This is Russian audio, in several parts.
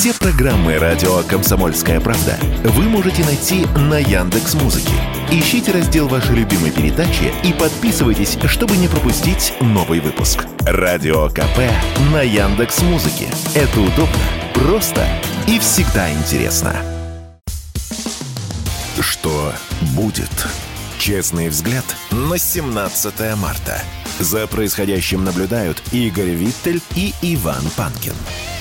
Все программы радио «Комсомольская правда» вы можете найти на Яндекс.Музыке. Ищите раздел вашей любимой передачи и подписывайтесь, чтобы не пропустить новый выпуск. Радио КП на Яндекс.Музыке. Это удобно, просто и всегда интересно. Что будет? Честный взгляд на 17 марта. За происходящим наблюдают Игорь Виттель и Иван Панкин.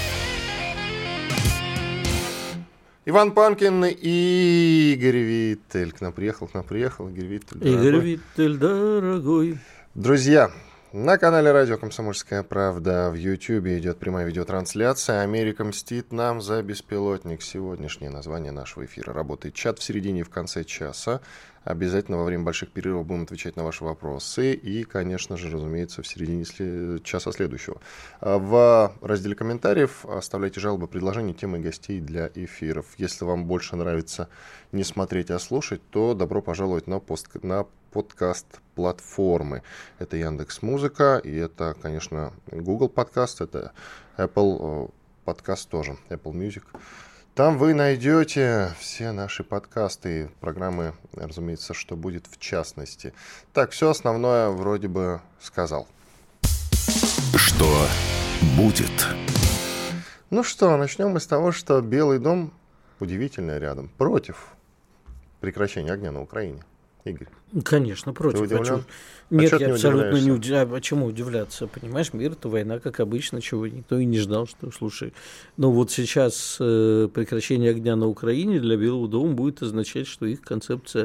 Иван Панкин и Игорь Виттель. К нам приехал Игорь Виттель. Игорь Виттель, дорогой. Друзья, на канале радио «Комсомольская правда» в Ютьюбе идет прямая видеотрансляция. «Америка мстит нам за беспилотник». Сегодняшнее название нашего эфира. Работает чат в середине и в конце часа. Обязательно во время больших перерывов будем отвечать на ваши вопросы. И, конечно же, разумеется, в середине часа следующего. В разделе комментариев оставляйте жалобы, предложения, темы гостей для эфиров. Если вам больше нравится не смотреть, а слушать, то добро пожаловать на подкаст-платформы. Это Яндекс.Музыка, и это, конечно, Google подкаст, это Apple подкаст тоже, Apple Music. Там вы найдете все наши подкасты, программы, разумеется, что будет в частности. Так, все основное вроде бы сказал. Что будет? Ну что, начнем мы с того, что Белый дом, удивительно рядом, против прекращения огня на Украине. Игорь. Конечно, против. Нет, я абсолютно не удивляюсь. А чему удивляться? Понимаешь, мир — это война, как обычно, чего никто и не ждал, что, слушай. Но вот сейчас прекращение огня на Украине для Белого дома будет означать, что их концепция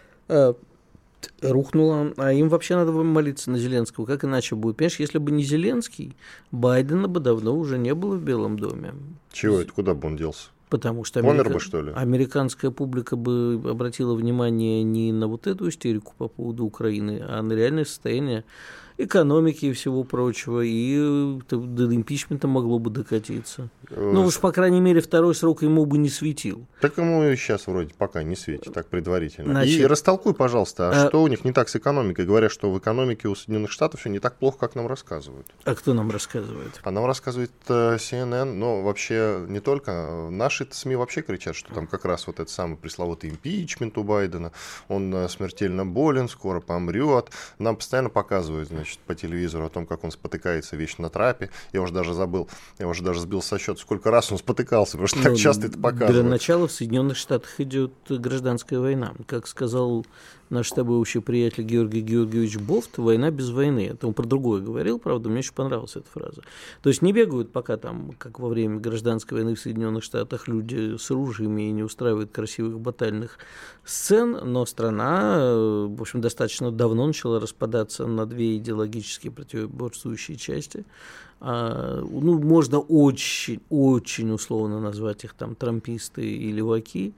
рухнула, а им вообще надо молиться на Зеленского. Как иначе будет? Понимаешь, если бы не Зеленский, Байдена бы давно уже не было в Белом доме. Чего это? Куда бы он делся? Потому что американская публика бы обратила внимание не на вот эту истерику по поводу Украины, а на реальное состояние экономики и всего прочего, и до импичмента могло бы докатиться. Ну уж, по крайней мере, второй срок ему бы не светил. Так ему и сейчас вроде пока не светит, так предварительно. И растолкуй, пожалуйста, что у них не так с экономикой? Говорят, что в экономике у Соединенных Штатов все не так плохо, как нам рассказывают. А кто нам рассказывает? А нам рассказывает CNN, но вообще не только. Наши СМИ вообще кричат, что там как раз вот этот самый пресловутый импичмент у Байдена, он смертельно болен, скоро помрет. Нам постоянно показывают, значит, по телевизору о том, как он спотыкается вечно на трапе. Я уже даже сбил со счета, сколько раз он спотыкался, потому что так часто это показывают. Для начала в Соединенных Штатах идет гражданская война. Как сказал наш с тобой общий приятель Георгий Георгиевич Бофт, война без войны. Это он про другое говорил, правда, мне очень понравилась эта фраза. То есть не бегают пока там, как во время гражданской войны в Соединенных Штатах, люди с ружьями и не устраивают красивых батальных сцен, но страна, в общем, достаточно давно начала распадаться на две идеологически противоборствующие части. Ну, можно очень условно назвать их там трамписты и леваки.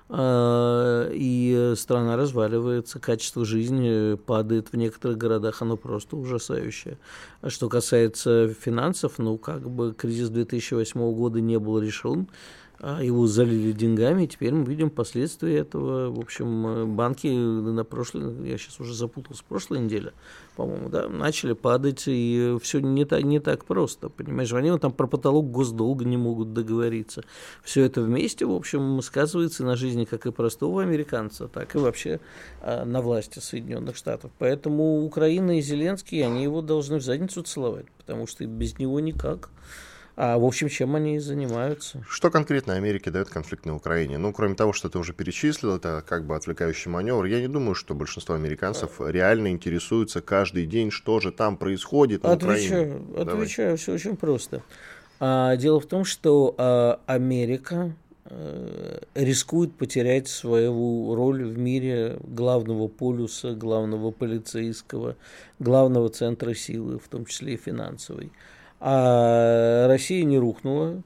И страна разваливается, качество жизни падает в некоторых городах, оно просто ужасающее. А что касается финансов, ну, как бы кризис 2008 года не был решен, его залили деньгами, и теперь мы видим последствия этого. В общем, банки я сейчас уже запутался, прошлой неделе, по-моему, да, начали падать, и все не так просто, понимаешь, они там про потолок госдолга не могут договориться. Все это вместе, в общем, сказывается на жизни как и простого американца, так и вообще на власти Соединенных Штатов. Поэтому Украина и Зеленский, они его должны в задницу целовать, потому что без него никак. А, в общем, чем они и занимаются. Что конкретно Америке дает конфликт на Украине? Ну, кроме того, что ты уже перечислил, это как бы отвлекающий маневр. Я не думаю, что большинство американцев реально интересуются каждый день, что же там происходит на Украине. Отвечаю, все очень просто. Дело в том, что Америка рискует потерять свою роль в мире главного полюса, главного полицейского, главного центра силы, в том числе и финансовой. А Россия не рухнула,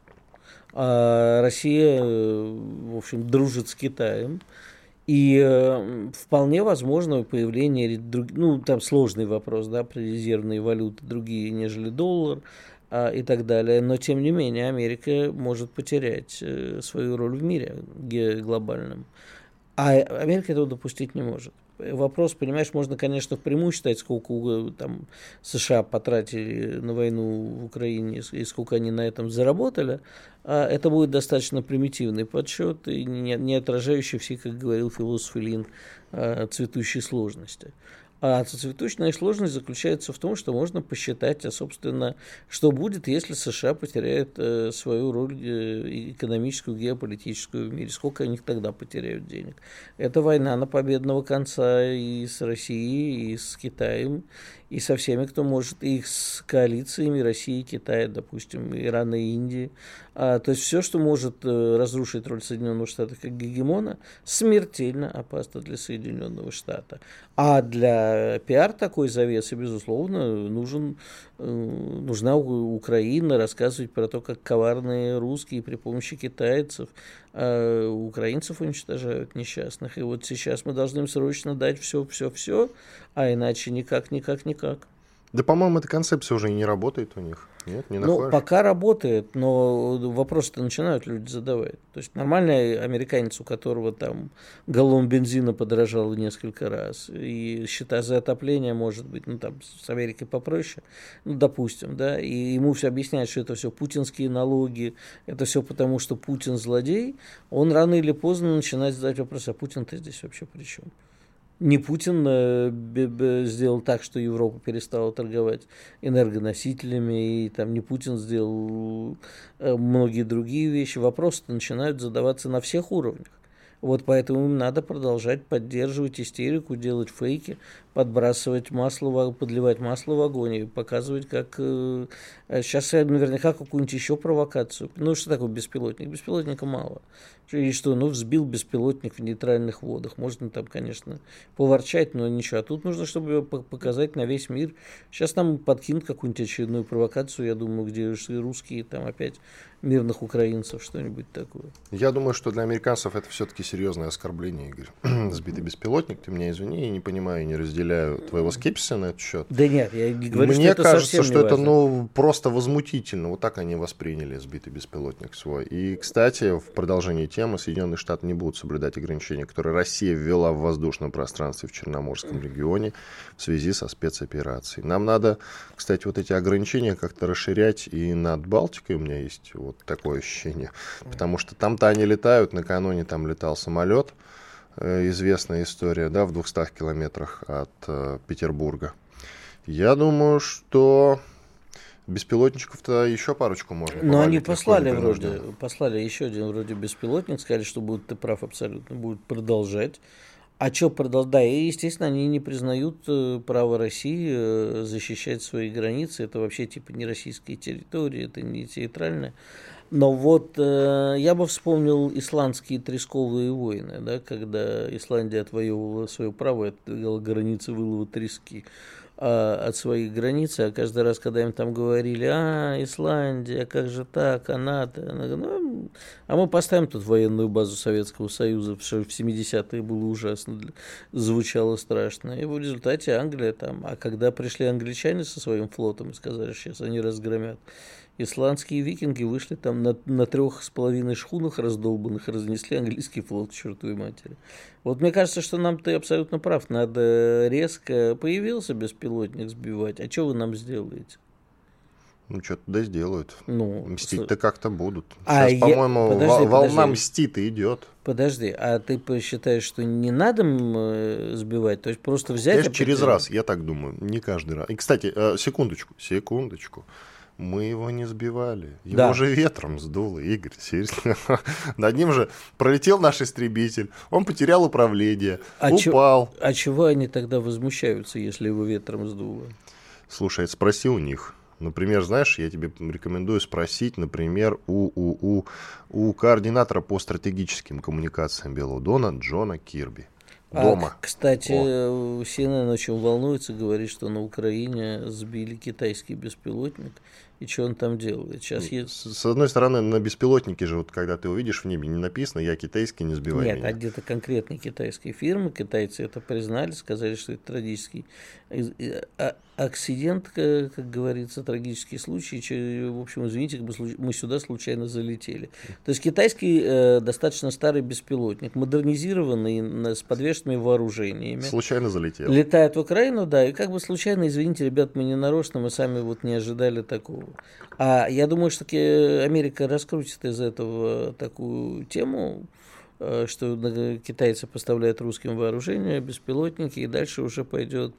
а Россия, в общем, дружит с Китаем, и вполне возможно появление, ну, там сложный вопрос, да, про резервные валюты другие, нежели доллар и так далее, но, тем не менее, Америка может потерять свою роль в мире глобальном, а Америка этого допустить не может. Вопрос, понимаешь, можно, конечно, впрямую считать, сколько там США потратили на войну в Украине и сколько они на этом заработали. А это будет достаточно примитивный подсчет и не отражающий все, как говорил философ Ильин, цветущей сложности. А цветочная сложность заключается в том, что можно посчитать, собственно, что будет, если США потеряют свою роль экономическую, геополитическую в мире. Сколько они тогда потеряют денег. Это война на победного конца и с Россией, и с Китаем, и со всеми, кто может, и с коалициями России, Китая, допустим, Ирана и Индии. То есть все, что может разрушить роль Соединенных Штатов как гегемона, смертельно опасно для Соединенного Штата. А для пиар такой завесы, безусловно, нужна Украина, рассказывать про то, как коварные русские при помощи китайцев украинцев уничтожают несчастных. И вот сейчас мы должны им срочно дать все, а иначе никак. Да, по-моему, эта концепция уже и не работает у них. Нет, не находишь? Ну, пока работает, но вопросы-то начинают люди задавать. То есть нормальный американец, у которого там галлон бензина подорожал несколько раз, и счета за отопление, может быть, ну там с Америкой попроще, ну, допустим, да, и ему все объясняют, что это все путинские налоги, это все потому, что Путин злодей, он рано или поздно начинает задать вопрос, а Путин-то здесь вообще при чем? Не Путин сделал так, что Европа перестала торговать энергоносителями, и там не Путин сделал многие другие вещи. Вопросы начинают задаваться на всех уровнях. Вот поэтому им надо продолжать поддерживать истерику, делать фейки, подбрасывать масло, подливать масло в огонь и показывать, как... Сейчас наверняка какую-нибудь еще провокацию. Ну, что такое беспилотник? Беспилотника мало. И что, взбил беспилотник в нейтральных водах. Можно там, конечно, поворчать, но ничего. А тут нужно, чтобы показать на весь мир. Сейчас нам подкинут какую-нибудь очередную провокацию, я думаю, где русские там опять мирных украинцев, что-нибудь такое. Я думаю, что для американцев это все-таки серьезное оскорбление, Игорь. Сбитый беспилотник, ты меня извини, я не понимаю, не разделяю твоего скепсиса на этот счет. Да нет, я не говорю, Мне что кажется, это что это просто возмутительно. Вот так они восприняли сбитый беспилотник свой. И, кстати, в продолжении темы Соединенные Штаты не будут соблюдать ограничения, которые Россия ввела в воздушном пространстве в Черноморском регионе в связи со спецоперацией. Нам надо, кстати, вот эти ограничения как-то расширять и над Балтикой. У меня есть вот такое ощущение. Потому что там-то они летают. Накануне там летал самолет. Известная история, да, в 200 километрах от Петербурга. Я думаю, что беспилотничков-то еще парочку можно. Но они послали еще один вроде беспилотник, сказали, что будет, ты прав абсолютно, будут продолжать. А что продолжать? Да, и, естественно, они не признают право России защищать свои границы. Это вообще типа не российские территории, это не нейтральная. Но вот я бы вспомнил исландские тресковые войны, да, когда Исландия отвоевывала свое право, отодвигала границы вылова трески от своих границ, а каждый раз, когда им там говорили, Исландия, как же так, НАТО, а мы поставим тут военную базу Советского Союза, потому что в 70-е было ужасно, звучало страшно, и в результате Англия там, а когда пришли англичане со своим флотом и сказали, что сейчас они разгромят, исландские викинги вышли там на 3,5 шхунах раздолбанных, разнесли английский флот к чертовой матери. Вот мне кажется, что ты абсолютно прав. Надо резко появился беспилотник сбивать. А что вы нам сделаете? Ну, что-то да сделают. Мстить-то как-то будут. Сейчас, по-моему, волна подожди. мстит и идет. Подожди, а ты считаешь, что не надо сбивать? То есть просто взять... Конечно, через раз, я так думаю. Не каждый раз. И, кстати, секундочку. Мы его не сбивали. Его же ветром сдуло, Игорь, серьезно. Над ним же пролетел наш истребитель, он потерял управление, упал. А чего они тогда возмущаются, если его ветром сдуло? Слушай, спроси у них. Например, знаешь, я тебе рекомендую спросить, например, у координатора по стратегическим коммуникациям Белого дома Джона Кирби. Дома. Кстати, CNN очень волнуется, говорит, что на Украине сбили китайский беспилотник, и что он там делает. Сейчас С одной стороны, на беспилотнике же, вот когда ты увидишь в небе, не написано «я китайский, не сбивай Нет, меня». а где-то конкретные китайские фирмы, китайцы это признали, сказали, что это трагический акцидент, как говорится, трагический случай. В общем, извините, мы сюда случайно залетели. То есть китайский достаточно старый беспилотник, модернизированный, с подвешенными вооружениями. Случайно залетел. Летает в Украину, да, и как бы случайно, извините, ребят, мы не нарочно, мы сами вот не ожидали такого. А я думаю, что Америка раскрутит из этого такую тему, что китайцы поставляют русским вооружение, беспилотники, и дальше уже пойдет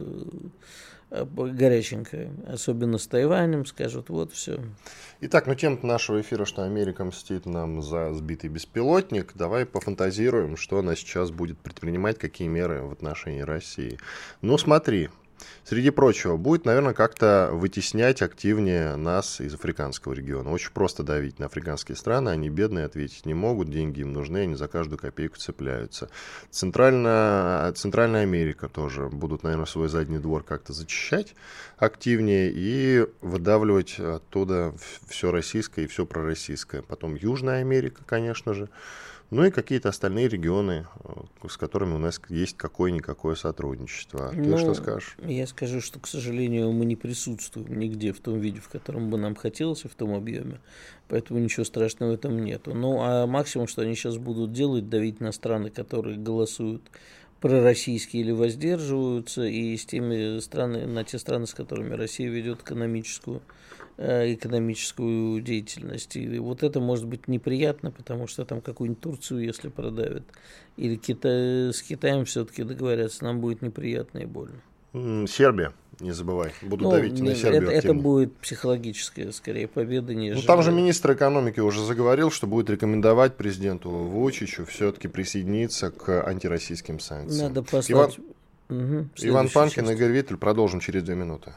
горяченькая, особенно с Тайванем, скажут, вот все. Итак, тема нашего эфира, что Америка мстит нам за сбитый беспилотник. Давай пофантазируем, что она сейчас будет предпринимать, какие меры в отношении России. Смотри. Среди прочего, будет, наверное, как-то вытеснять активнее нас из африканского региона. Очень просто давить на африканские страны, они бедные, ответить не могут, деньги им нужны, они за каждую копейку цепляются. Центральная Америка тоже будут, наверное, свой задний двор как-то зачищать активнее и выдавливать оттуда все российское и все пророссийское. Потом Южная Америка, конечно же. И какие-то остальные регионы, с которыми у нас есть какое-никакое сотрудничество. Ты что скажешь? Я скажу, что, к сожалению, мы не присутствуем нигде в том виде, в котором бы нам хотелось, и в том объеме. Поэтому ничего страшного в этом нету. А максимум, что они сейчас будут делать, давить на страны, которые голосуют пророссийские или воздерживаются, и на те страны, с которыми Россия ведет экономическую деятельность. И вот это может быть неприятно, потому что там какую-нибудь Турцию, если продавят, или с Китаем все-таки договорятся, нам будет неприятно и больно. Сербия, не забывай, будут давить на Сербию. Это будет психологическая, скорее, победа, нежели... Там же министр экономики уже заговорил, что будет рекомендовать президенту Вучичу все-таки присоединиться к антироссийским санкциям. Надо послать... Иван Панкин и Игорь Виттель. Продолжим через 2 минуты.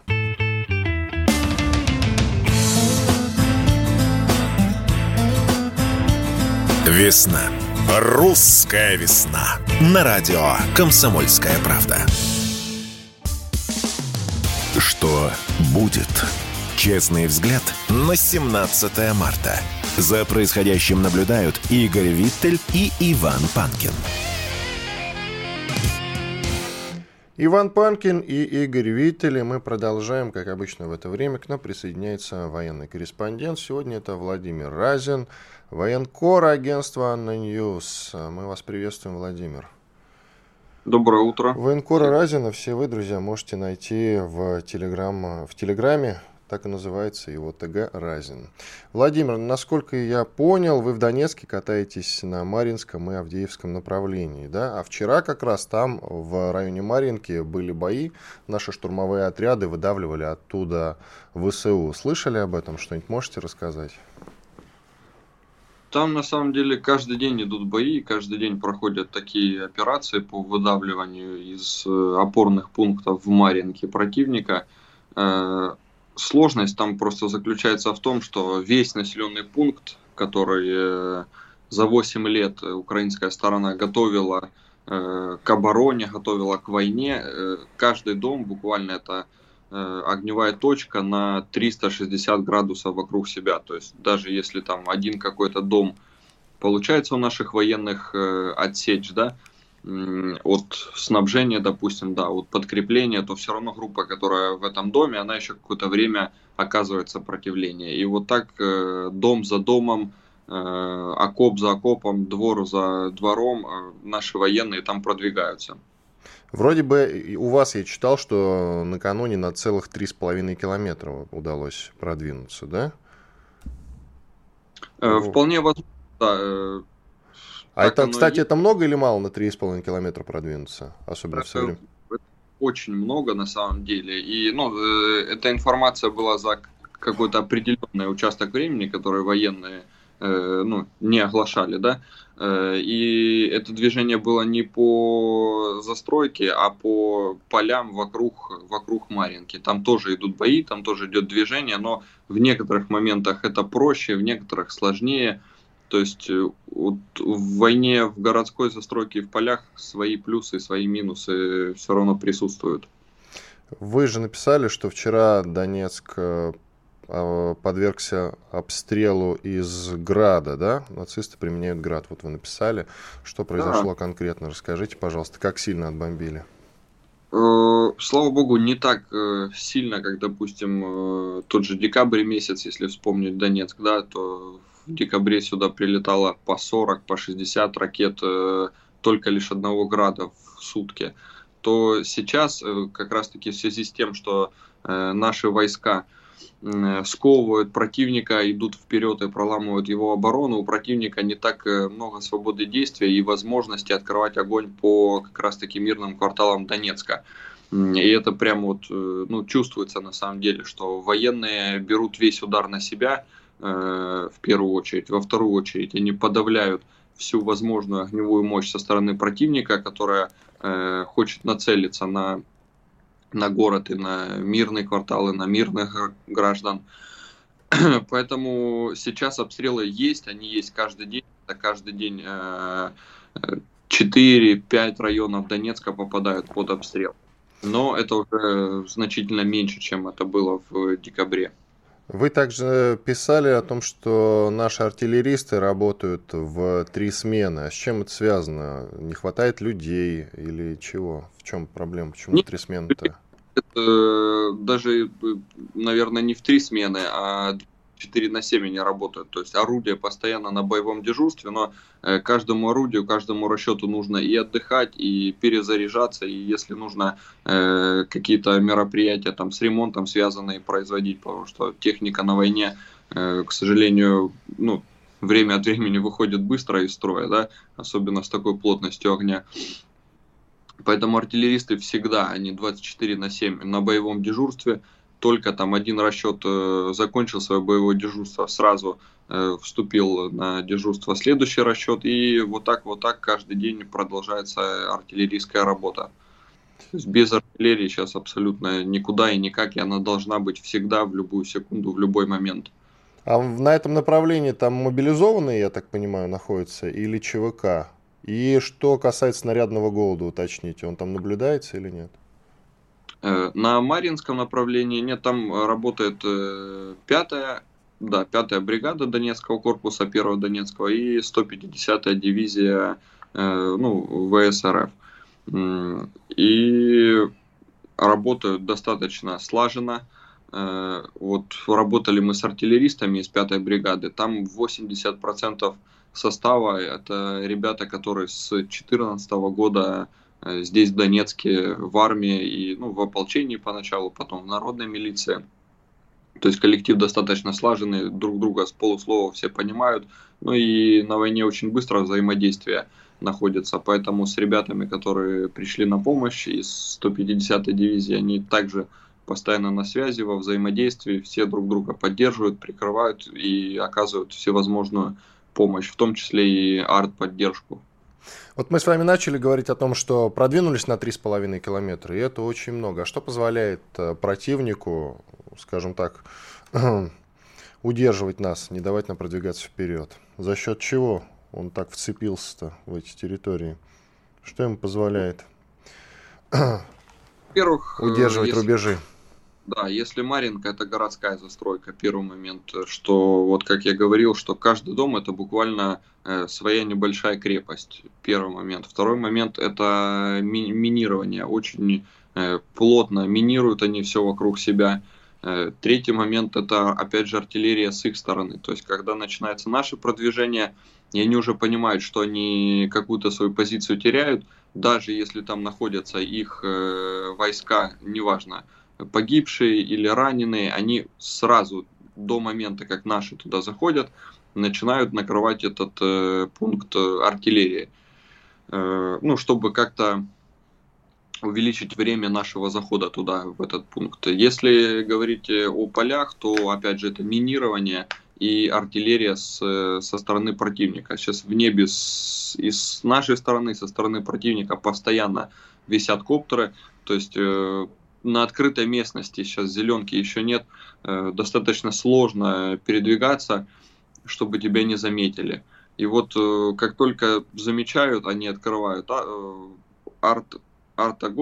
Весна. Русская весна. На радио «Комсомольская правда». Что будет? Честный взгляд на 17 марта. За происходящим наблюдают Игорь Виттель и Иван Панкин. Иван Панкин и Игорь Виттель. И мы продолжаем, как обычно в это время. К нам присоединяется военный корреспондент. Сегодня это Владимир Разин, военкор агентства Анна Ньюс. Мы вас приветствуем, Владимир. Доброе утро. Военкора Разина все вы, друзья, можете найти в Телеграме, так и называется его ТГ Разин. Владимир, насколько я понял, вы в Донецке катаетесь на Марьинском и Авдеевском направлении, да? А вчера как раз там, в районе Марьинки, были бои, наши штурмовые отряды выдавливали оттуда ВСУ. Слышали об этом что-нибудь? Можете рассказать? Там на самом деле каждый день идут бои, каждый день проходят такие операции по выдавливанию из опорных пунктов в Марьинке противника. Сложность там просто заключается в том, что весь населенный пункт, который за 8 лет украинская сторона готовила к обороне, готовила к войне, каждый дом буквально это огневая точка на 360 градусов вокруг себя. То есть даже если там один какой-то дом получается у наших военных отсечь, да, от снабжения, допустим, да, от подкрепления, то все равно группа, которая в этом доме, она еще какое-то время оказывает сопротивление. И вот так дом за домом, окоп за окопом, двор за двором наши военные там продвигаются. Вроде бы у вас я читал, что накануне на целых 3,5 километра удалось продвинуться, да? Вполне возможно, да. А это, кстати, это много или мало на 3,5 километра продвинуться? Особенно в современном... Очень много на самом деле. И эта информация была за какой-то определенный участок времени, который военные не оглашали, да. И это движение было не по застройке, а по полям вокруг Марьинки. Там тоже идут бои, там тоже идет движение, но в некоторых моментах это проще, в некоторых сложнее. То есть вот в войне, в городской застройке и в полях свои плюсы, свои минусы все равно присутствуют. Вы же написали, что вчера Донецк подвергся обстрелу из града, да? Нацисты применяют град, вот вы написали. Что произошло конкретно? Расскажите, пожалуйста, как сильно отбомбили? Слава богу, не так сильно, как, допустим, тот же декабрь месяц, если вспомнить Донецк, да, то в декабре сюда прилетало по 40, по 60 ракет только лишь одного града в сутки. То сейчас как раз-таки в связи с тем, что наши войска сковывают противника, идут вперед и проламывают его оборону, у противника не так много свободы действия и возможности открывать огонь по как раз-таки мирным кварталам Донецка. И это прям вот, чувствуется на самом деле, что военные берут весь удар на себя в первую очередь. Во вторую очередь они подавляют всю возможную огневую мощь со стороны противника, которая хочет нацелиться на город и на мирные кварталы, на мирных граждан. Поэтому сейчас обстрелы есть, они есть каждый день. Это каждый день 4-5 районов Донецка попадают под обстрел. Но это уже значительно меньше, чем это было в декабре. Вы также писали о том, что наши артиллеристы работают в 3 смены. А с чем это связано? Не хватает людей или чего? В чем проблема? Почему 3 смены-то? Это даже, наверное, не в 3 смены, а 24/7 они работают. То есть орудие постоянно на боевом дежурстве, но каждому орудию, каждому расчету нужно и отдыхать, и перезаряжаться, и если нужно какие-то мероприятия там с ремонтом связанные производить, потому что техника на войне, к сожалению, время от времени выходит быстро из строя, да, особенно с такой плотностью огня. Поэтому артиллеристы всегда, они 24/7 на боевом дежурстве. Только там один расчет закончил свое боевое дежурство, сразу вступил на дежурство следующий расчет, и вот так каждый день продолжается артиллерийская работа. То есть без артиллерии сейчас абсолютно никуда и никак, и она должна быть всегда, в любую секунду, в любой момент. А на этом направлении там мобилизованные, я так понимаю, находятся, или ЧВК? И что касается снарядного голода, уточните, он там наблюдается или нет? На Марьинском направлении нет, там работает 5-я бригада Донецкого корпуса, 1-го Донецкого, и 150-я дивизия ВСРФ. И работают достаточно слаженно. Вот работали мы с артиллеристами из 5-й бригады, там 80% состава это ребята, которые с 2014 года здесь, в Донецке, в армии и в ополчении поначалу, потом в народной милиции. То есть коллектив достаточно слаженный, друг друга с полуслова все понимают. И на войне очень быстро взаимодействие находится. Поэтому с ребятами, которые пришли на помощь из 150-й дивизии, они также постоянно на связи, во взаимодействии. Все друг друга поддерживают, прикрывают и оказывают всевозможную помощь, в том числе и арт-поддержку. Вот мы с вами начали говорить о том, что продвинулись на 3,5 километра, и это очень много. А что позволяет противнику, скажем так, удерживать нас, не давать нам продвигаться вперед? За счет чего он так вцепился-то в эти территории? Что ему позволяет удерживать рубежи? Да, если Марьинка — это городская застройка, первый момент, что, вот как я говорил, что каждый дом — это буквально своя небольшая крепость, первый момент. Второй момент — это минирование, очень плотно минируют они все вокруг себя. Третий момент — это, опять же, артиллерия с их стороны, то есть, когда начинается наше продвижение, и они уже понимают, что они какую-то свою позицию теряют, даже если там находятся их войска, неважно, погибшие или раненые, они сразу до момента, как наши туда заходят, начинают накрывать этот пункт артиллерии. Чтобы как-то увеличить время нашего захода туда, в этот пункт. Если говорить о полях, то, опять же, это минирование и артиллерия со стороны противника. Сейчас в небе и с нашей стороны, со стороны противника постоянно висят коптеры, то есть на открытой местности, сейчас зеленки еще нет, достаточно сложно передвигаться, чтобы тебя не заметили. И вот как только замечают, они открывают арт-огонь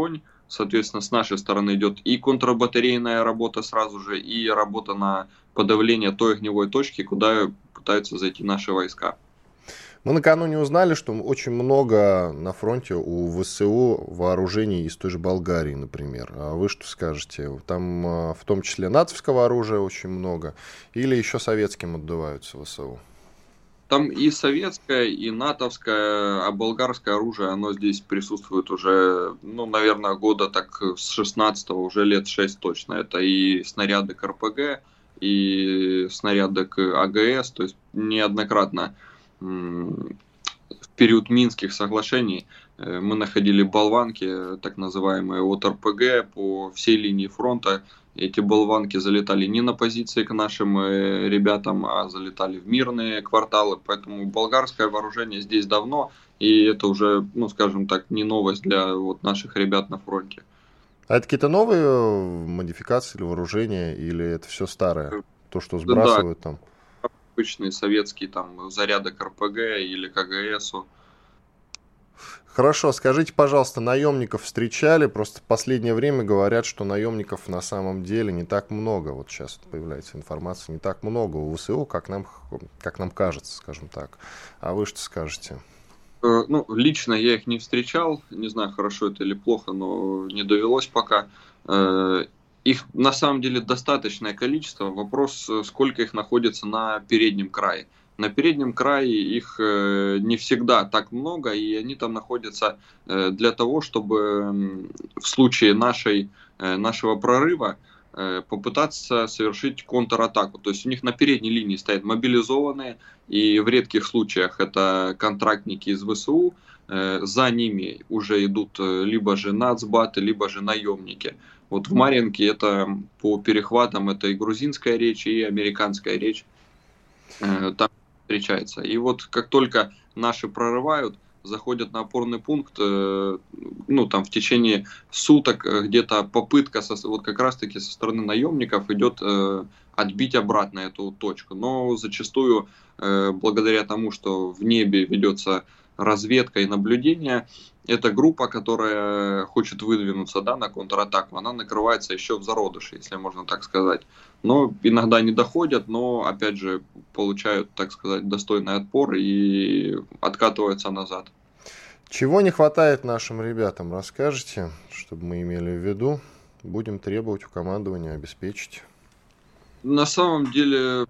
соответственно, с нашей стороны идет и контрбатарейная работа сразу же, и работа на подавление той огневой точки, куда пытаются зайти наши войска. Мы накануне узнали, что очень много на фронте у ВСУ вооружений из той же Болгарии, например. А вы что скажете? Там в том числе натовского оружия очень много, или еще советским отдуваются ВСУ? Там и советское, и натовское, а болгарское оружие, оно здесь присутствует уже, наверное, года так с 16-го, уже лет 6 точно. Это и снаряды к РПГ, и снаряды к АГС, то есть неоднократно в период Минских соглашений мы находили болванки, так называемые, от РПГ по всей линии фронта. Эти болванки залетали не на позиции к нашим ребятам, а залетали в мирные кварталы. Поэтому болгарское вооружение здесь давно, и это уже, скажем так, не новость для наших ребят на фронте. А это какие-то новые модификации или вооружения, или это все старое? То, что сбрасывают там? Обычные советские там заряды к РПГ или к АГСу. Хорошо, скажите, пожалуйста, наемников встречали? Просто в последнее время говорят, что наемников на самом деле не так много. Вот сейчас появляется информация, не так много у ВСУ, как нам кажется, скажем так. А вы что скажете? Лично я их не встречал. Не знаю, хорошо это или плохо, но не довелось пока. Их на самом деле достаточное количество. Вопрос, сколько их находится на переднем крае. На переднем крае их не всегда так много, и они там находятся для того, чтобы в случае нашего прорыва попытаться совершить контратаку. То есть у них на передней линии стоят мобилизованные, и в редких случаях это контрактники из ВСУ. За ними уже идут либо же нацбаты, либо же наемники. Вот в Марьинке это по перехватам это и грузинская речь, и американская речь там встречается. И вот как только наши прорывают, заходят на опорный пункт, там в течение суток где-то попытка, вот как раз-таки со стороны наемников идет отбить обратно эту точку. Но зачастую, благодаря тому, что в небе ведется разведка и наблюдение, эта группа, которая хочет выдвинуться на контратаку, она накрывается еще в зародыше, если можно так сказать. Но иногда не доходят, но опять же получают, так сказать, достойный отпор и откатываются назад. Чего не хватает нашим ребятам, расскажете, чтобы мы имели в виду? Будем требовать у командования обеспечить. На самом деле,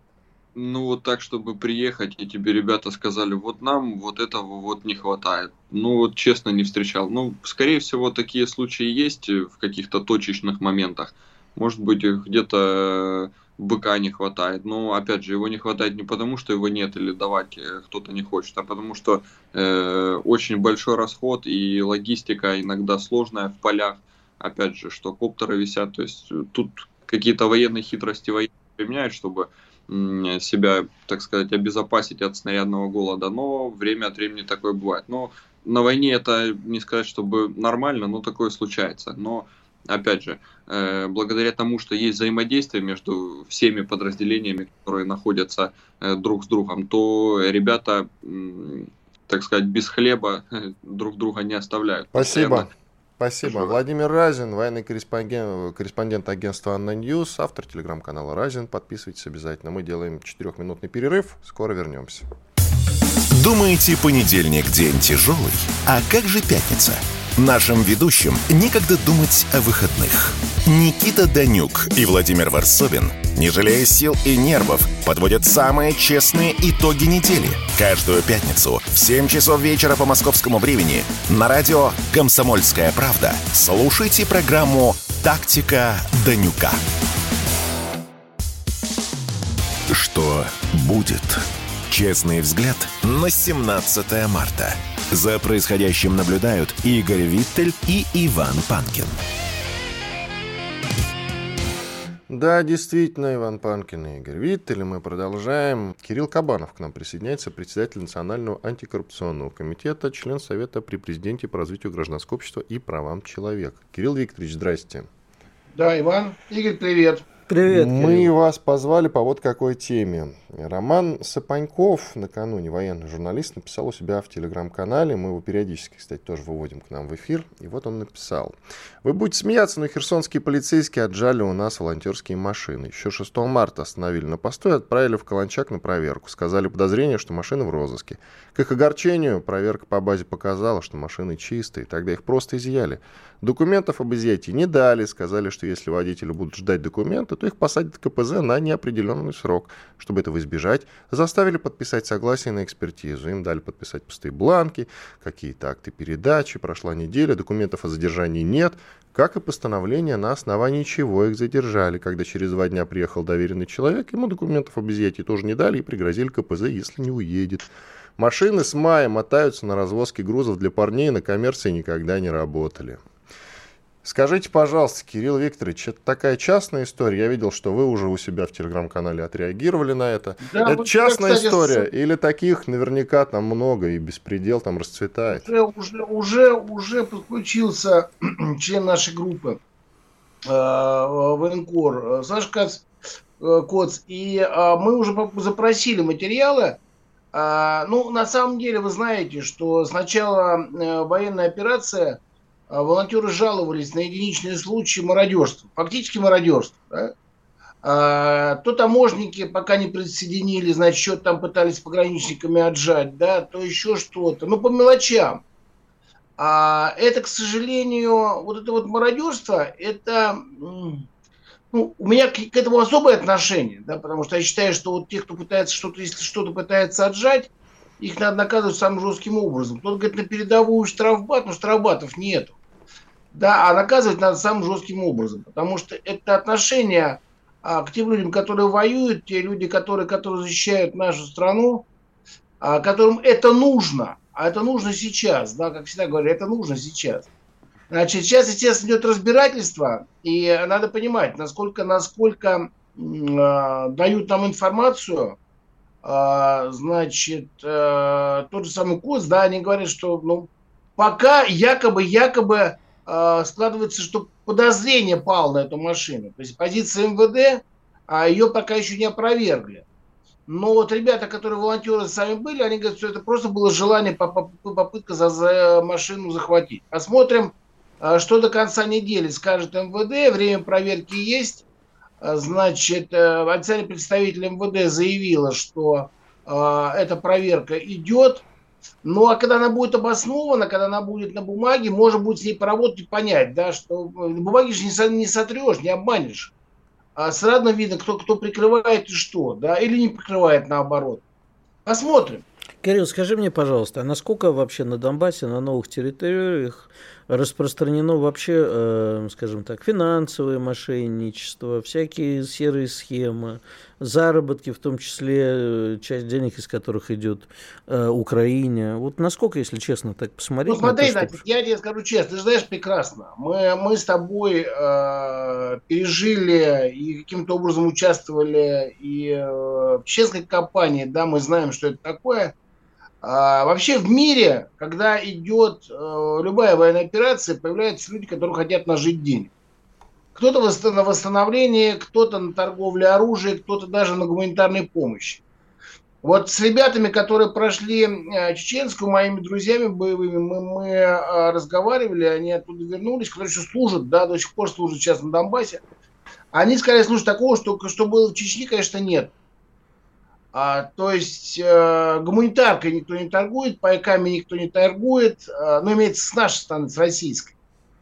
так, чтобы приехать, и тебе ребята сказали, вот нам вот этого вот не хватает. Честно, не встречал. Скорее всего, такие случаи есть в каких-то точечных моментах. Может быть, где-то быка не хватает. Но, опять же, его не хватает не потому, что его нет или давать кто-то не хочет, а потому что очень большой расход и логистика иногда сложная в полях. Опять же, что коптеры висят. То есть тут какие-то военные хитрости применяют, чтобы себя, так сказать, обезопасить от снарядного голода. Но время от времени такое бывает. Но на войне это не сказать, чтобы нормально, но такое случается. Но опять же, благодаря тому, что есть взаимодействие между всеми подразделениями, которые находятся друг с другом, то ребята, так сказать, без хлеба друг друга не оставляют. Спасибо. Спасибо. Владимир Разин, военный корреспондент агентства Анна Ньюс, автор телеграм-канала Разин. Подписывайтесь обязательно. Мы делаем 4-минутный перерыв. Скоро вернемся. Думаете, понедельник день тяжелый? А как же пятница? Нашим ведущим некогда думать о выходных. Никита Данюк и Владимир Варсобин, не жалея сил и нервов, подводят самые честные итоги недели. Каждую пятницу в 7 часов вечера по московскому времени на радио «Комсомольская правда» слушайте программу «Тактика Данюка». Что будет? Честный взгляд на 17 марта. За происходящим наблюдают Игорь Виттель и Иван Панкин. Да, действительно, Иван Панкин и Игорь Виттель. Мы продолжаем. Кирилл Кабанов к нам присоединяется, председатель Национального антикоррупционного комитета, член Совета при президенте по развитию гражданского общества и правам человека. Кирилл Викторович, здрасте. Да, Иван. Игорь, привет. Привет, Мы Кирилл. вас позвали по вот какой теме. Роман Сапаньков, накануне военный журналист, написал у себя в телеграм-канале. Мы его периодически, кстати, тоже выводим к нам в эфир. И вот он написал. Вы будете смеяться, но херсонские полицейские отжали у нас волонтерские машины. Еще 6 марта остановили на посту и отправили в Каланчак на проверку. Сказали подозрение, что машины в розыске. К их огорчению, проверка по базе показала, что машины чистые. Тогда их просто изъяли. Документов об изъятии не дали. Сказали, что если водители будут ждать документы, то их посадят в КПЗ на неопределенный срок. Чтобы этого избежать, заставили подписать согласие на экспертизу. Им дали подписать пустые бланки, какие-то акты передачи. Прошла неделя, документов о задержании нет. Как и постановление, на основании чего их задержали. Когда через 2 дня приехал доверенный человек, ему документов об изъятии тоже не дали и пригрозили КПЗ, если не уедет. Машины с мая мотаются на развозке грузов для парней, на коммерции никогда не работали. Скажите, пожалуйста, Кирилл Викторович, это такая частная история? Я видел, что вы уже у себя в телеграм-канале отреагировали на это. Да, это частная история или таких наверняка там много и беспредел там расцветает? Уже подключился член нашей группы военкор Саша Коц, и мы уже запросили материалы. Ну, на самом деле, вы знаете, что с начала военной операции волонтеры жаловались на единичные случаи мародерства, фактически мародерства. Да? То таможенники пока не присоединили, значит, что-то там пытались с пограничниками отжать, да, то еще что-то, ну, по мелочам. Это, к сожалению, вот это вот мародерство, это, ну, у меня к этому особое отношение, да, потому что я считаю, что вот те, кто пытается что-то, если что-то пытается отжать, их надо наказывать самым жестким образом. Кто-то говорит, на передовую штрафбат, но штрафбатов нету. Да, а наказывать надо самым жестким образом. Потому что это отношение к тем людям, которые воюют, те люди, которые защищают нашу страну, которым это нужно. А это нужно сейчас, да, как всегда говорю, это нужно сейчас. Значит, сейчас, естественно, идет разбирательство, и надо понимать, насколько дают нам информацию. Значит, тот же самый КОС, да, они говорят, что, ну, пока якобы складывается, что подозрение пало на эту машину. То есть позиция МВД, ее пока еще не опровергли. Но вот ребята, которые волонтеры сами были, они говорят, что это просто было желание, попытка за машину захватить. Посмотрим, что до конца недели скажет МВД, время проверки есть. Значит, официальный представитель МВД заявила, что эта проверка идет. Ну, а когда она будет обоснована, когда она будет на бумаге, можно будет с ней поработать и понять, да, что на бумаге же не сотрешь, не обманешь. Сразу видно, кто прикрывает и что, да, или не прикрывает наоборот. Посмотрим. Кирилл, скажи мне, пожалуйста, а насколько вообще на Донбассе, на новых территориях распространено вообще, скажем так, финансовое мошенничество, всякие серые схемы, заработки, в том числе часть денег из которых идет Украине. Вот насколько, если честно, так посмотреть? Ну смотри, я тебе скажу честно, ты же знаешь прекрасно, мы с тобой пережили и каким-то образом участвовали и в честной кампании, да, мы знаем, что это такое. Вообще в мире, когда идет любая военная операция, появляются люди, которые хотят нажить денег. Кто-то на восстановлении, кто-то на торговле оружием, кто-то даже на гуманитарной помощи. Вот с ребятами, которые прошли чеченскую, моими друзьями боевыми, мы разговаривали, они оттуда вернулись, которые еще служат, да, до сих пор служат сейчас на Донбассе. Они сказали, слушай, такого, что было в Чечне, конечно, нет. То есть гуманитаркой никто не торгует, пайками никто не торгует, но имеется с нашей стороны, с российской.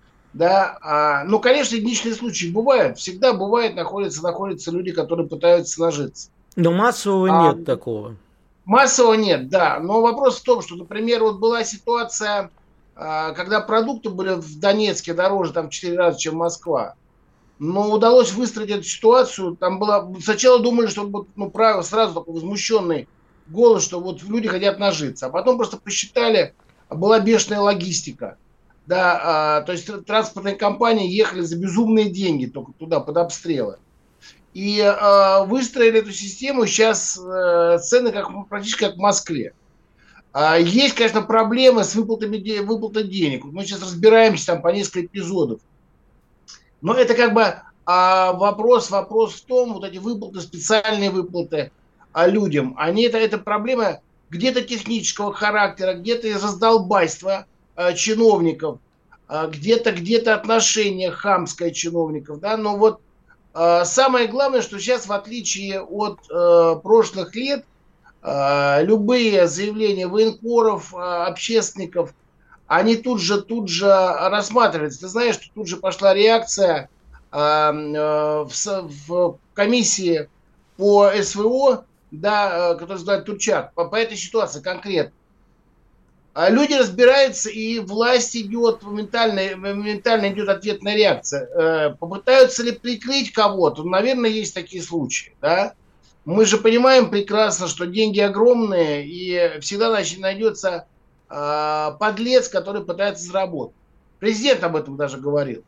Да? Ну, конечно, единичные случаи бывают, всегда бывает, находятся люди, которые пытаются нажиться. Но массового нет такого. Массового нет, да. Но вопрос в том, что, например, вот была ситуация, когда продукты были в Донецке дороже там, в 4 раза, чем Москва. Но удалось выстроить эту ситуацию. Там было... Сначала думали, что правило, сразу такой возмущенный голос, что вот люди хотят нажиться. А потом просто посчитали, была бешеная логистика. Да, то есть транспортные компании ехали за безумные деньги только туда, под обстрелы. И выстроили эту систему. Сейчас цены практически как в Москве. Есть, конечно, проблемы с выплатой денег. Мы сейчас разбираемся там по несколько эпизодов. Но это как бы А вопрос в том, вот эти выплаты, специальные выплаты людям, это проблема где-то технического характера, где-то из раздолбайства чиновников, где-то отношение хамское чиновников, да, но вот самое главное, что сейчас, в отличие от прошлых лет, любые заявления военкоров, общественников, они тут же рассматриваются. Ты знаешь, что тут же пошла реакция в комиссии по СВО, да, который знает Турчак, по этой ситуации конкретно. Люди разбираются, и власть идет, моментально идет ответная реакция. Попытаются ли прикрыть кого-то? Наверное, есть такие случаи, да? Мы же понимаем прекрасно, что деньги огромные, и всегда найдется подлец, который пытается заработать. Президент об этом даже говорил.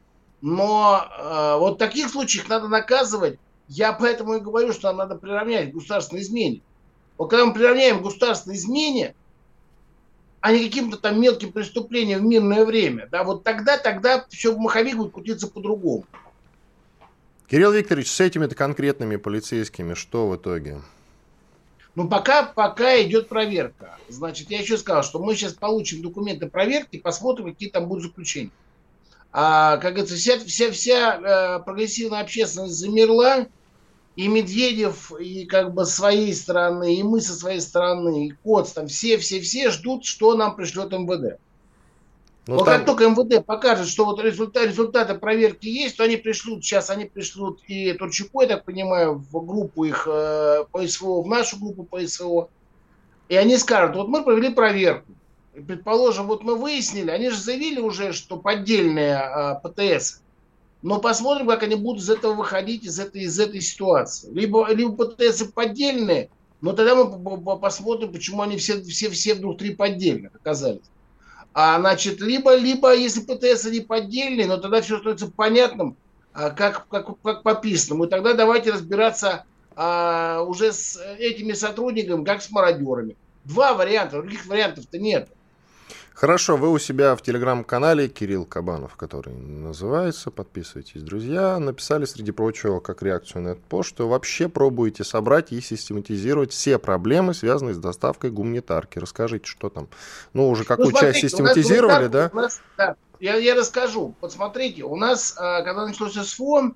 Но вот в таких случаях надо наказывать. Я поэтому и говорю, что нам надо приравнять к государственной измене. Вот когда мы приравняем к государственной измене, а не каким-то там мелким преступлением в мирное время, да, вот тогда все, маховик будет крутиться по-другому. Кирилл Викторович, с этими-то конкретными полицейскими что в итоге? Ну, пока идет проверка. Значит, я еще сказал, что мы сейчас получим документы проверки, посмотрим, какие там будут заключения. Как говорится, вся прогрессивная общественность замерла, и Медведев, и как бы с своей стороны, и мы со своей стороны, и Коц, там все ждут, что нам пришлет МВД. Но как только МВД покажет, что вот результаты проверки есть, то они пришлют и Турчаку, я так понимаю, в группу их по СВО, в нашу группу по СВО, и они скажут, вот мы провели проверку. И, предположим, вот мы выяснили, они же заявили уже, что поддельные ПТС. Но посмотрим, как они будут из этого выходить, из этой ситуации. Либо ПТС поддельные, но тогда мы посмотрим, почему они все вдруг 3 поддельных оказались. Значит, либо если ПТС не поддельные, но тогда все становится понятным, как пописанному. И тогда давайте разбираться уже с этими сотрудниками, как с мародерами. 2 варианта, других вариантов-то нет. Хорошо, вы у себя в телеграм-канале Кирилл Кабанов, который называется, подписывайтесь, друзья, написали, среди прочего, как реакцию на этот пост, что вообще пробуете собрать и систематизировать все проблемы, связанные с доставкой гуманитарки. Расскажите, что там. Ну, уже какую часть систематизировали, да? Да, я расскажу. Посмотрите, у нас, когда началось СВО,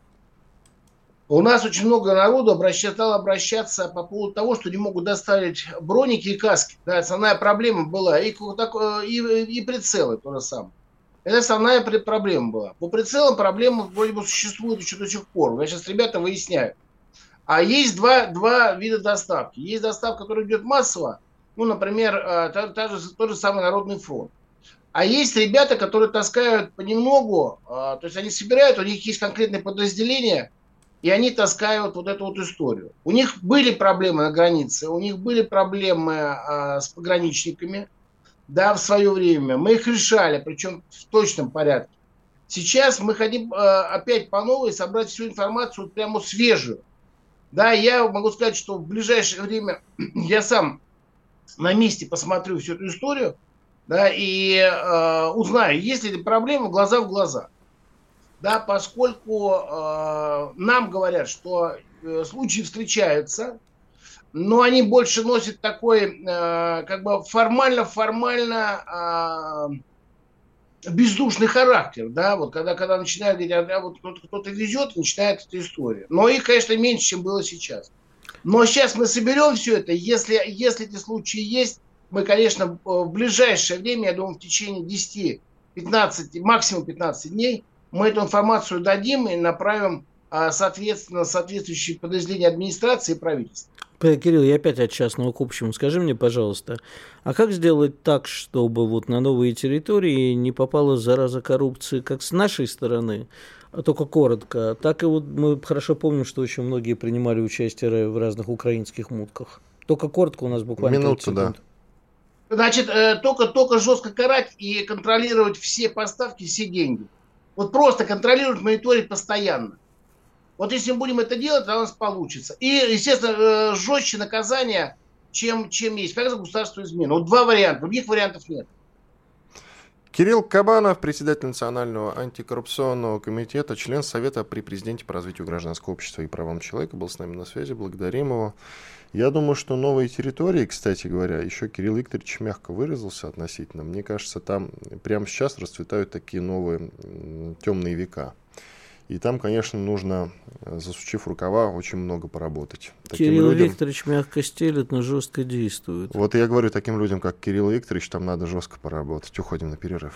у нас очень много народу стало обращаться по поводу того, что не могут доставить броники и каски. Да, основная проблема была. И прицелы то же самое. Это основная проблема была. По прицелам проблема вроде бы существует еще до сих пор. Я сейчас ребята выясняю. А есть два вида доставки. Есть доставка, которая идет массово. Ну, например, тот же самый Народный фронт. А есть ребята, которые таскают понемногу. То есть они собирают, у них есть конкретные подразделения, и они таскают вот эту вот историю. У них были проблемы на границе, у них были проблемы с пограничниками, да, в свое время. Мы их решали, причем в точном порядке. Сейчас мы хотим опять по новой собрать всю информацию вот прямо свежую. Да, я могу сказать, что в ближайшее время я сам на месте посмотрю всю эту историю, да, и узнаю, есть ли проблемы глаза в глаза. Да, поскольку нам говорят, что случаи встречаются, но они больше носят такой как бы формально бездушный характер, да, вот когда начинают говорить, вот кто-то везет, начинает эта история. Но их, конечно, меньше, чем было сейчас. Но сейчас мы соберем все это, если эти случаи есть, мы, конечно, в ближайшее время, я думаю, в течение 10-15, максимум 15 дней, мы эту информацию дадим и направим, соответственно, соответствующие подразделения администрации и правительства. Кирилл, я опять от частного к общему. Скажи мне, пожалуйста, а как сделать так, чтобы вот на новые территории не попала зараза коррупции как с нашей стороны, а только коротко, так и вот мы хорошо помним, что очень многие принимали участие в разных украинских мутках. Только коротко, у нас буквально минуту, да. Значит, только жестко карать и контролировать все поставки, все деньги. Вот просто контролировать, мониторить постоянно. Вот если мы будем это делать, то у нас получится. И, естественно, жестче наказания, чем есть. Как за государственную измену. Вот 2 варианта, других вариантов нет. Кирилл Кабанов, председатель Национального антикоррупционного комитета, член Совета при президенте по развитию гражданского общества и правам человека, был с нами на связи. Благодарим его. Я думаю, что новые территории, кстати говоря, еще Кирилл Викторович мягко выразился относительно. Мне кажется, там прямо сейчас расцветают такие новые темные века. И там, конечно, нужно, засучив рукава, очень много поработать. Кирилл Викторович мягко стелет, но жестко действует. Вот я говорю, таким людям, как Кирилл Викторович, там надо жестко поработать. Уходим на перерыв.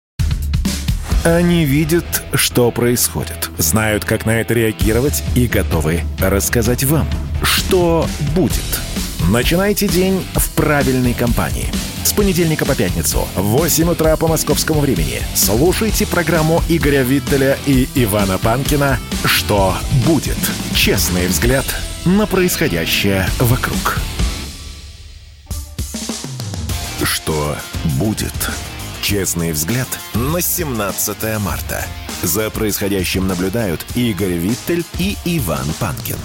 Они видят, что происходит, знают, как на это реагировать и готовы рассказать вам, что будет. Начинайте день в правильной компании. С понедельника по пятницу в 8 утра по московскому времени слушайте программу Игоря Виттеля и Ивана Панкина «Что будет?». Честный взгляд на происходящее вокруг. Что будет? Честный взгляд на 17 марта. За происходящим наблюдают Игорь Виттель и Иван Панкин.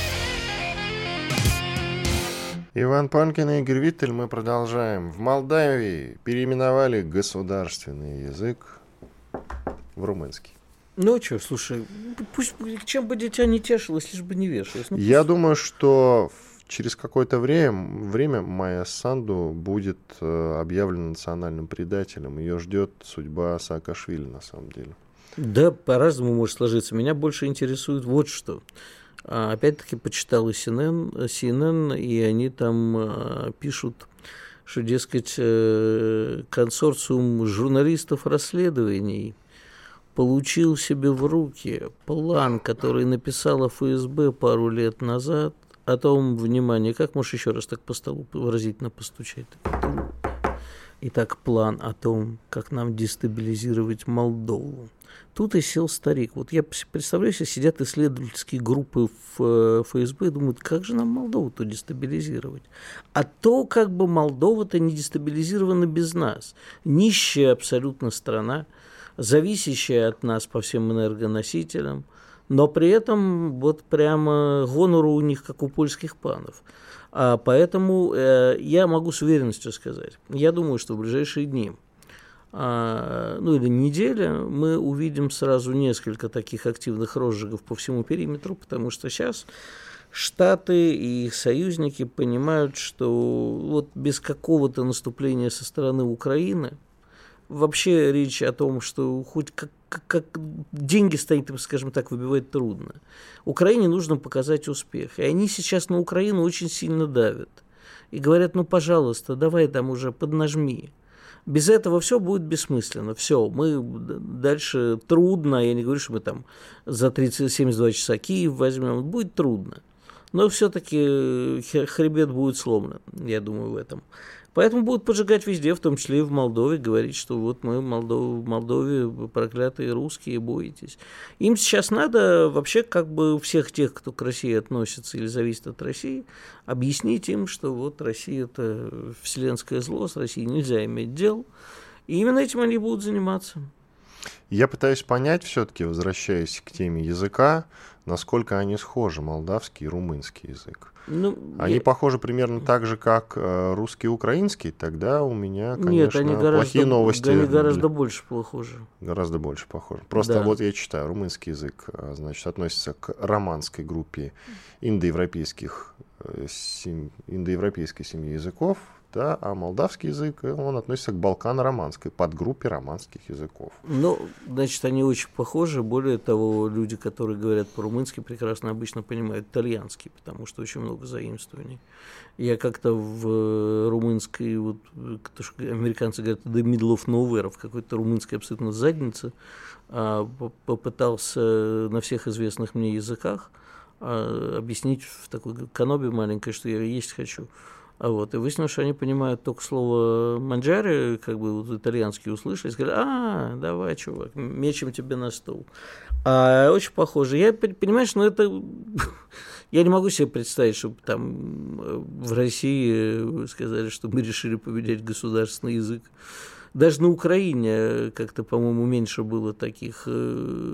Иван Панкин и Игорь Виттель, мы продолжаем. В Молдавии переименовали государственный язык в румынский. Ну что, слушай, пусть чем бы дитя не тешилось, лишь бы не вешалось. Я думаю, что через какое-то время Майя Санду будет объявлена национальным предателем. Ее ждет судьба Саакашвили, на самом деле. Да, по-разному может сложиться. Меня больше интересует вот что. Опять-таки почитал и CNN, и они там пишут, что, дескать, консорциум журналистов расследований получил себе в руки план, который написала ФСБ пару лет назад, о том, внимание, как можешь еще раз так по столу выразительно постучать? Итак, план о том, как нам дестабилизировать Молдову. Тут и сел старик. Вот я представляю себе, сидят исследовательские группы в ФСБ и думают, как же нам Молдову-то дестабилизировать? А то, как бы Молдова-то не дестабилизирована без нас. Нищая абсолютно страна, зависящая от нас по всем энергоносителям, но при этом вот прямо гонору у них, как у польских панов. Поэтому я могу с уверенностью сказать, я думаю, что в ближайшие дни, или неделя, мы увидим сразу несколько таких активных розжигов по всему периметру, потому что сейчас Штаты и их союзники понимают, что вот без какого-то наступления со стороны Украины вообще речь о том, что хоть как деньги стоит, скажем так, выбивать трудно. Украине нужно показать успех. И они сейчас на Украину очень сильно давят. И говорят, ну, пожалуйста, давай там уже поднажми. Без этого все будет бессмысленно. Все, мы дальше трудно. Я не говорю, что мы там за 72 часа Киев возьмем. Будет трудно. Но все-таки хребет будет сломлен, я думаю, в этом. Поэтому будут поджигать везде, в том числе и в Молдове, говорить, что вот мы в Молдове проклятые русские, боитесь. Им сейчас надо вообще как бы всех тех, кто к России относится или зависит от России, объяснить им, что вот Россия – это вселенское зло, с Россией нельзя иметь дел. И именно этим они будут заниматься. Я пытаюсь понять все-таки, возвращаясь к теме языка, насколько они схожи, молдавский и румынский язык. Они похожи примерно так же, как русский и украинский, тогда у меня, конечно, плохие новости. Они гораздо больше похожи. Гораздо больше похожи. Просто вот я читаю, румынский язык, значит, относится к романской группе индоевропейской семьи языков, да, а молдавский язык, он относится к балкано-романской, подгруппе романских языков. Ну, значит, они очень похожи. Более того, люди, которые говорят по-румынски, прекрасно обычно понимают итальянский, потому что очень много заимствований. Я как-то в румынской, вот, то, что американцы говорят, the middle of nowhere, в какой-то румынской абсолютно заднице, попытался на всех известных мне языках объяснить в такой канобе маленькой, что я есть хочу. И выяснилось, что они понимают только слово «манджари», как бы вот итальянский услышали, сказали, давай, чувак, мечем тебе на стол. Очень похоже. Я, понимаешь, это... Я не могу себе представить, чтобы там в России сказали, что мы решили поменять государственный язык. Даже на Украине как-то, по-моему, меньше было таких... То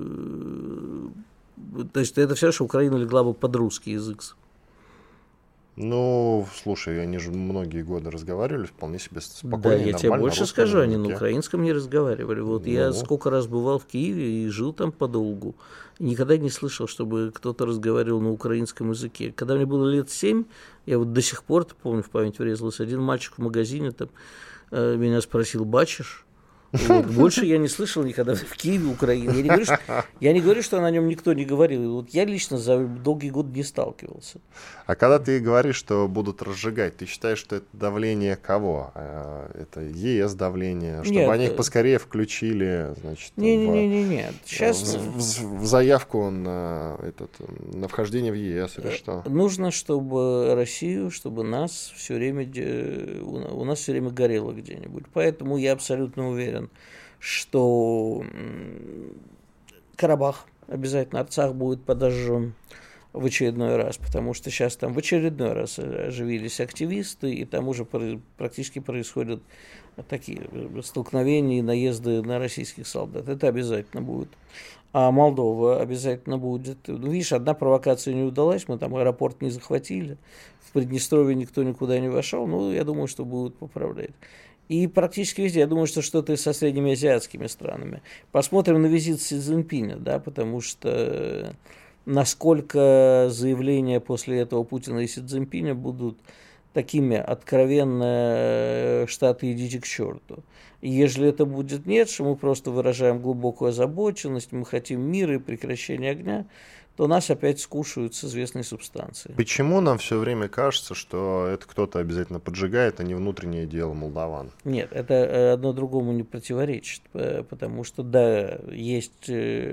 есть это все, что Украина легла бы под русский язык. Ну, слушай, они же многие годы разговаривали вполне себе спокойно, Да, и я тебе нормально на больше русском скажу, они на языке. украинском не разговаривали. Вот я Ну. сколько раз бывал в Киеве и жил там подолгу, и никогда не слышал, чтобы кто-то разговаривал на украинском языке. Когда мне было лет 7, я вот до сих пор, помню, в память врезалось, один мальчик в магазине там меня спросил: «Бачишь?» Вот. Больше я не слышал никогда в Киеве, Украине. Я не говорю, что на нем никто не говорил. Вот я лично за долгие годы не сталкивался. А когда ты говоришь, что будут разжигать, ты считаешь, что это давление кого? Это ЕС давление, чтобы Нет, они их поскорее включили, значит, Не. Сейчас в заявку на вхождение в ЕС или что? нужно, чтобы Россию, чтобы нас все время, у нас все время горело где-нибудь. Поэтому я абсолютно уверен, что Карабах обязательно, Арцах будет подожжен в очередной раз, потому что сейчас там в очередной раз оживились активисты, и там уже практически происходят такие столкновения и наезды на российских солдат. Это обязательно будет. А Молдова обязательно будет. Ну, видишь, одна провокация не удалась, мы там аэропорт не захватили, в Приднестровье никто никуда не вошел, ну, я думаю, что будут поправлять. И практически везде. Я думаю, что что-то со средними азиатскими странами. Посмотрим на визит Си Цзиньпиня, да, потому что насколько заявления после этого Путина и Си Цзиньпиня будут такими откровенно «Штаты, идите к черту». И если это будет нет, что мы просто выражаем глубокую озабоченность, мы хотим мира и прекращения огня, то нас опять скушают с известной субстанцией. Почему нам все время кажется, что это кто-то обязательно поджигает, а не внутреннее дело молдаван? Нет, это одно другому не противоречит, потому что, да, есть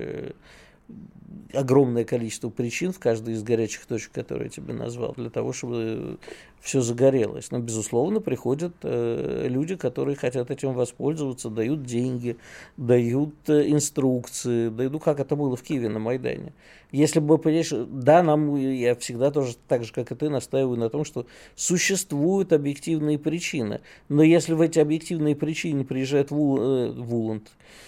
огромное количество причин в каждой из горячих точек, которые я тебе назвал, для того, чтобы все загорелось. Но, безусловно, приходят люди, которые хотят этим воспользоваться, дают деньги, дают инструкции, дают, ну, как это было в Киеве на Майдане. Если бы, понимаешь, да, я всегда тоже, так же, как и ты, настаиваю на том, что существуют объективные причины. Но если в эти объективные причины приезжает Воланд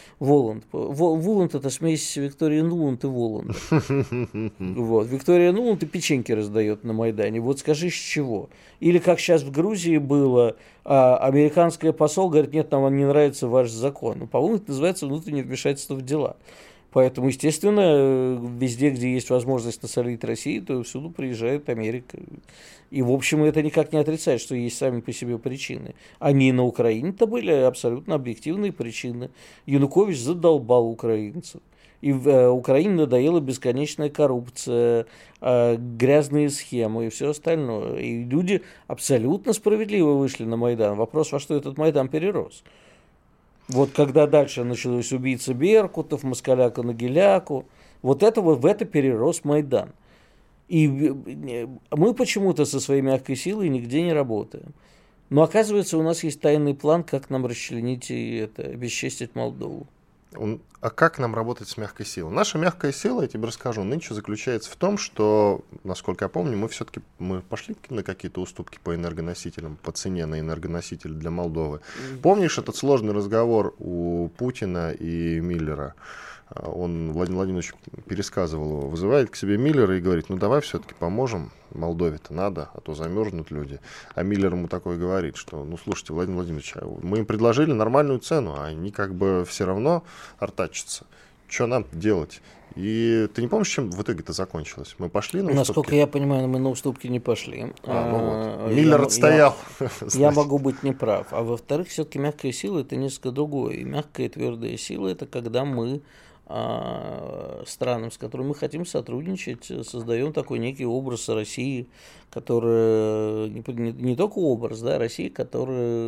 — это смесь Виктории Нуланд и Воланда. Вот. Виктория Нуланд и печеньки раздает на Майдане. Вот скажи, с чего? Или как сейчас в Грузии было, американский посол говорит: нет, нам не нравится ваш закон. Ну, по-моему, это называется внутреннее вмешательство в дела. Поэтому, естественно, везде, где есть возможность насолить России, то всюду приезжает Америка. И, в общем, это никак не отрицает, что есть сами по себе причины. Они на Украине-то были абсолютно объективные причины. Янукович задолбал украинцев. И в Украине надоела бесконечная коррупция, грязные схемы и все остальное. И люди абсолютно справедливо вышли на Майдан. Вопрос, во что этот Майдан перерос. Вот когда дальше началось убийца Беркутов, Москаляка-Нагиляку, в это перерос Майдан. И мы почему-то со своей мягкой силой нигде не работаем. Но оказывается, у нас есть тайный план, как нам расчленить и обесчестить Молдову. А как нам работать с мягкой силой? Наша мягкая сила, я тебе расскажу, нынче заключается в том, что, насколько я помню, мы пошли на какие-то уступки по энергоносителям, по цене на энергоносители для Молдовы. Помнишь этот сложный разговор у Путина и Миллера? Владимир Владимирович пересказывал его, вызывает к себе Миллера и говорит: ну давай все-таки поможем, Молдове-то надо, а то замерзнут люди. А Миллер ему такой говорит, что ну слушайте, Владимир Владимирович, мы им предложили нормальную цену, а они как бы все равно артачатся. Что нам делать? И ты не помнишь, чем в итоге это закончилось? Мы пошли на уступки? Насколько я понимаю, мы на уступки не пошли. Миллер отстоял. Я могу быть неправ. А во-вторых, все-таки мягкая сила — это несколько другое. И мягкая и твердая сила — это когда мы странам, с которыми мы хотим сотрудничать, создаем такой некий образ России, который не только образ, да, России, которая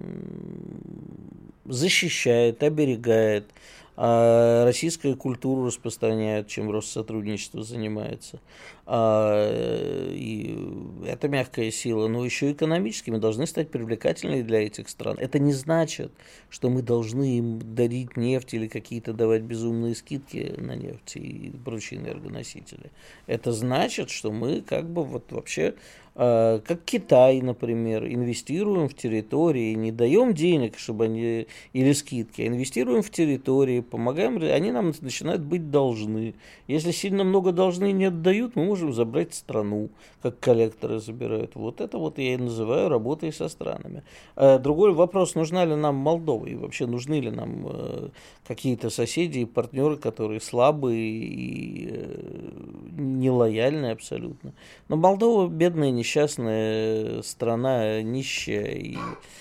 защищает, оберегает, российскую культуру распространяет, чем Россотрудничество занимается. И это мягкая сила, но еще экономически мы должны стать привлекательными для этих стран. Это не значит, что мы должны им дарить нефть или какие-то давать безумные скидки на нефть и прочие энергоносители. Это значит, что мы как бы вот вообще как Китай, например, инвестируем в территории, не даем денег, чтобы они, или скидки, а инвестируем в территории, помогаем, они нам начинают быть должны. Если сильно много должны и не отдают, мы можем забрать страну, как коллекторы забирают. Вот это вот я и называю работой со странами. Другой вопрос, нужна ли нам Молдова, и вообще нужны ли нам какие-то соседи и партнеры, которые слабые и нелояльные абсолютно. Но Молдова бедная, несчастная страна, нищая и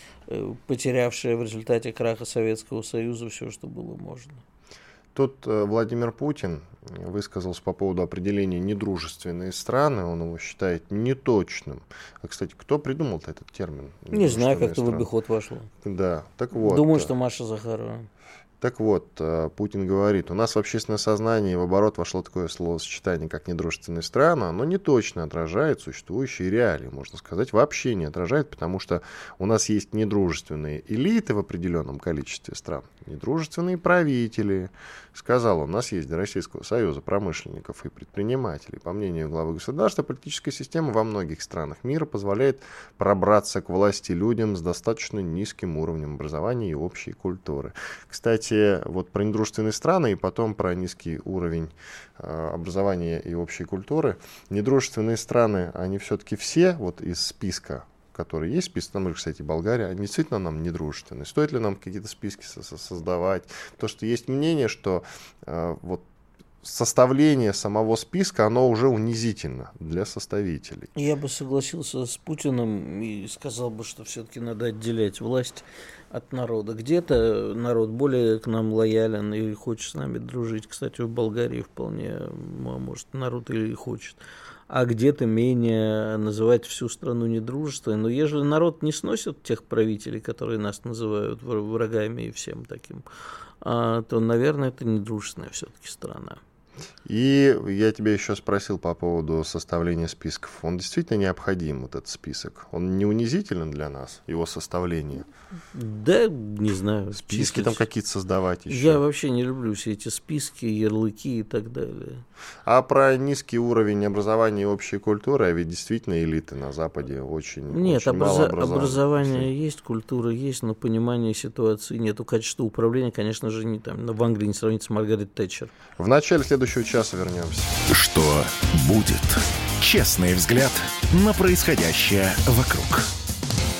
потерявшая в результате краха Советского Союза все, что было можно. Тут Владимир Путин высказался по поводу определения недружественные страны. Он его считает неточным. А, кстати, кто придумал-то этот термин? Не знаю, как-то в обиход вошло. Да, так вот. Думаю, что Маша Захарова. Так вот, Путин говорит, у нас в общественное сознание в оборот вошло такое словосочетание, как недружественные страны, оно не точно отражает существующие реалии, можно сказать, вообще не отражает, потому что у нас есть недружественные элиты в определенном количестве стран, недружественные правители. Сказал, у нас есть Российского союза промышленников и предпринимателей. По мнению главы государства, политическая система во многих странах мира позволяет пробраться к власти людям с достаточно низким уровнем образования и общей культуры. Кстати, вот про недружественные страны и потом про низкий уровень образования и общей культуры. Недружественные страны, они все-таки все вот из списка, которые есть, список, там, кстати, Болгария, они действительно нам недружественны. Стоит ли нам какие-то списки создавать? То, что есть мнение, что вот составление самого списка, оно уже унизительно для составителей. Я бы согласился с Путиным и сказал бы, что все-таки надо отделять власть от народа. Где-то народ более к нам лоялен и хочет с нами дружить. Кстати, в Болгарии вполне, может, народ и хочет. А где-то менее называть всю страну недружественной. Но ежели народ не сносит тех правителей, которые нас называют врагами и всем таким, то, наверное, это недружественная все-таки страна. И я тебя еще спросил по поводу составления списков. Он действительно необходим, вот этот список? Он не унизителен для нас, его составление? Да, не знаю. Списки там какие-то создавать еще? Я вообще не люблю все эти списки, ярлыки и так далее. А про низкий уровень образования и общей культуры, а ведь действительно элиты на Западе очень Нет, очень мало образование есть, культура есть, но понимания ситуации нету. Качество управления, конечно же, не там. В Англии не сравнится с Маргарет Тэтчер. В начале следующего часа вернемся. Что будет? Честный взгляд на происходящее вокруг.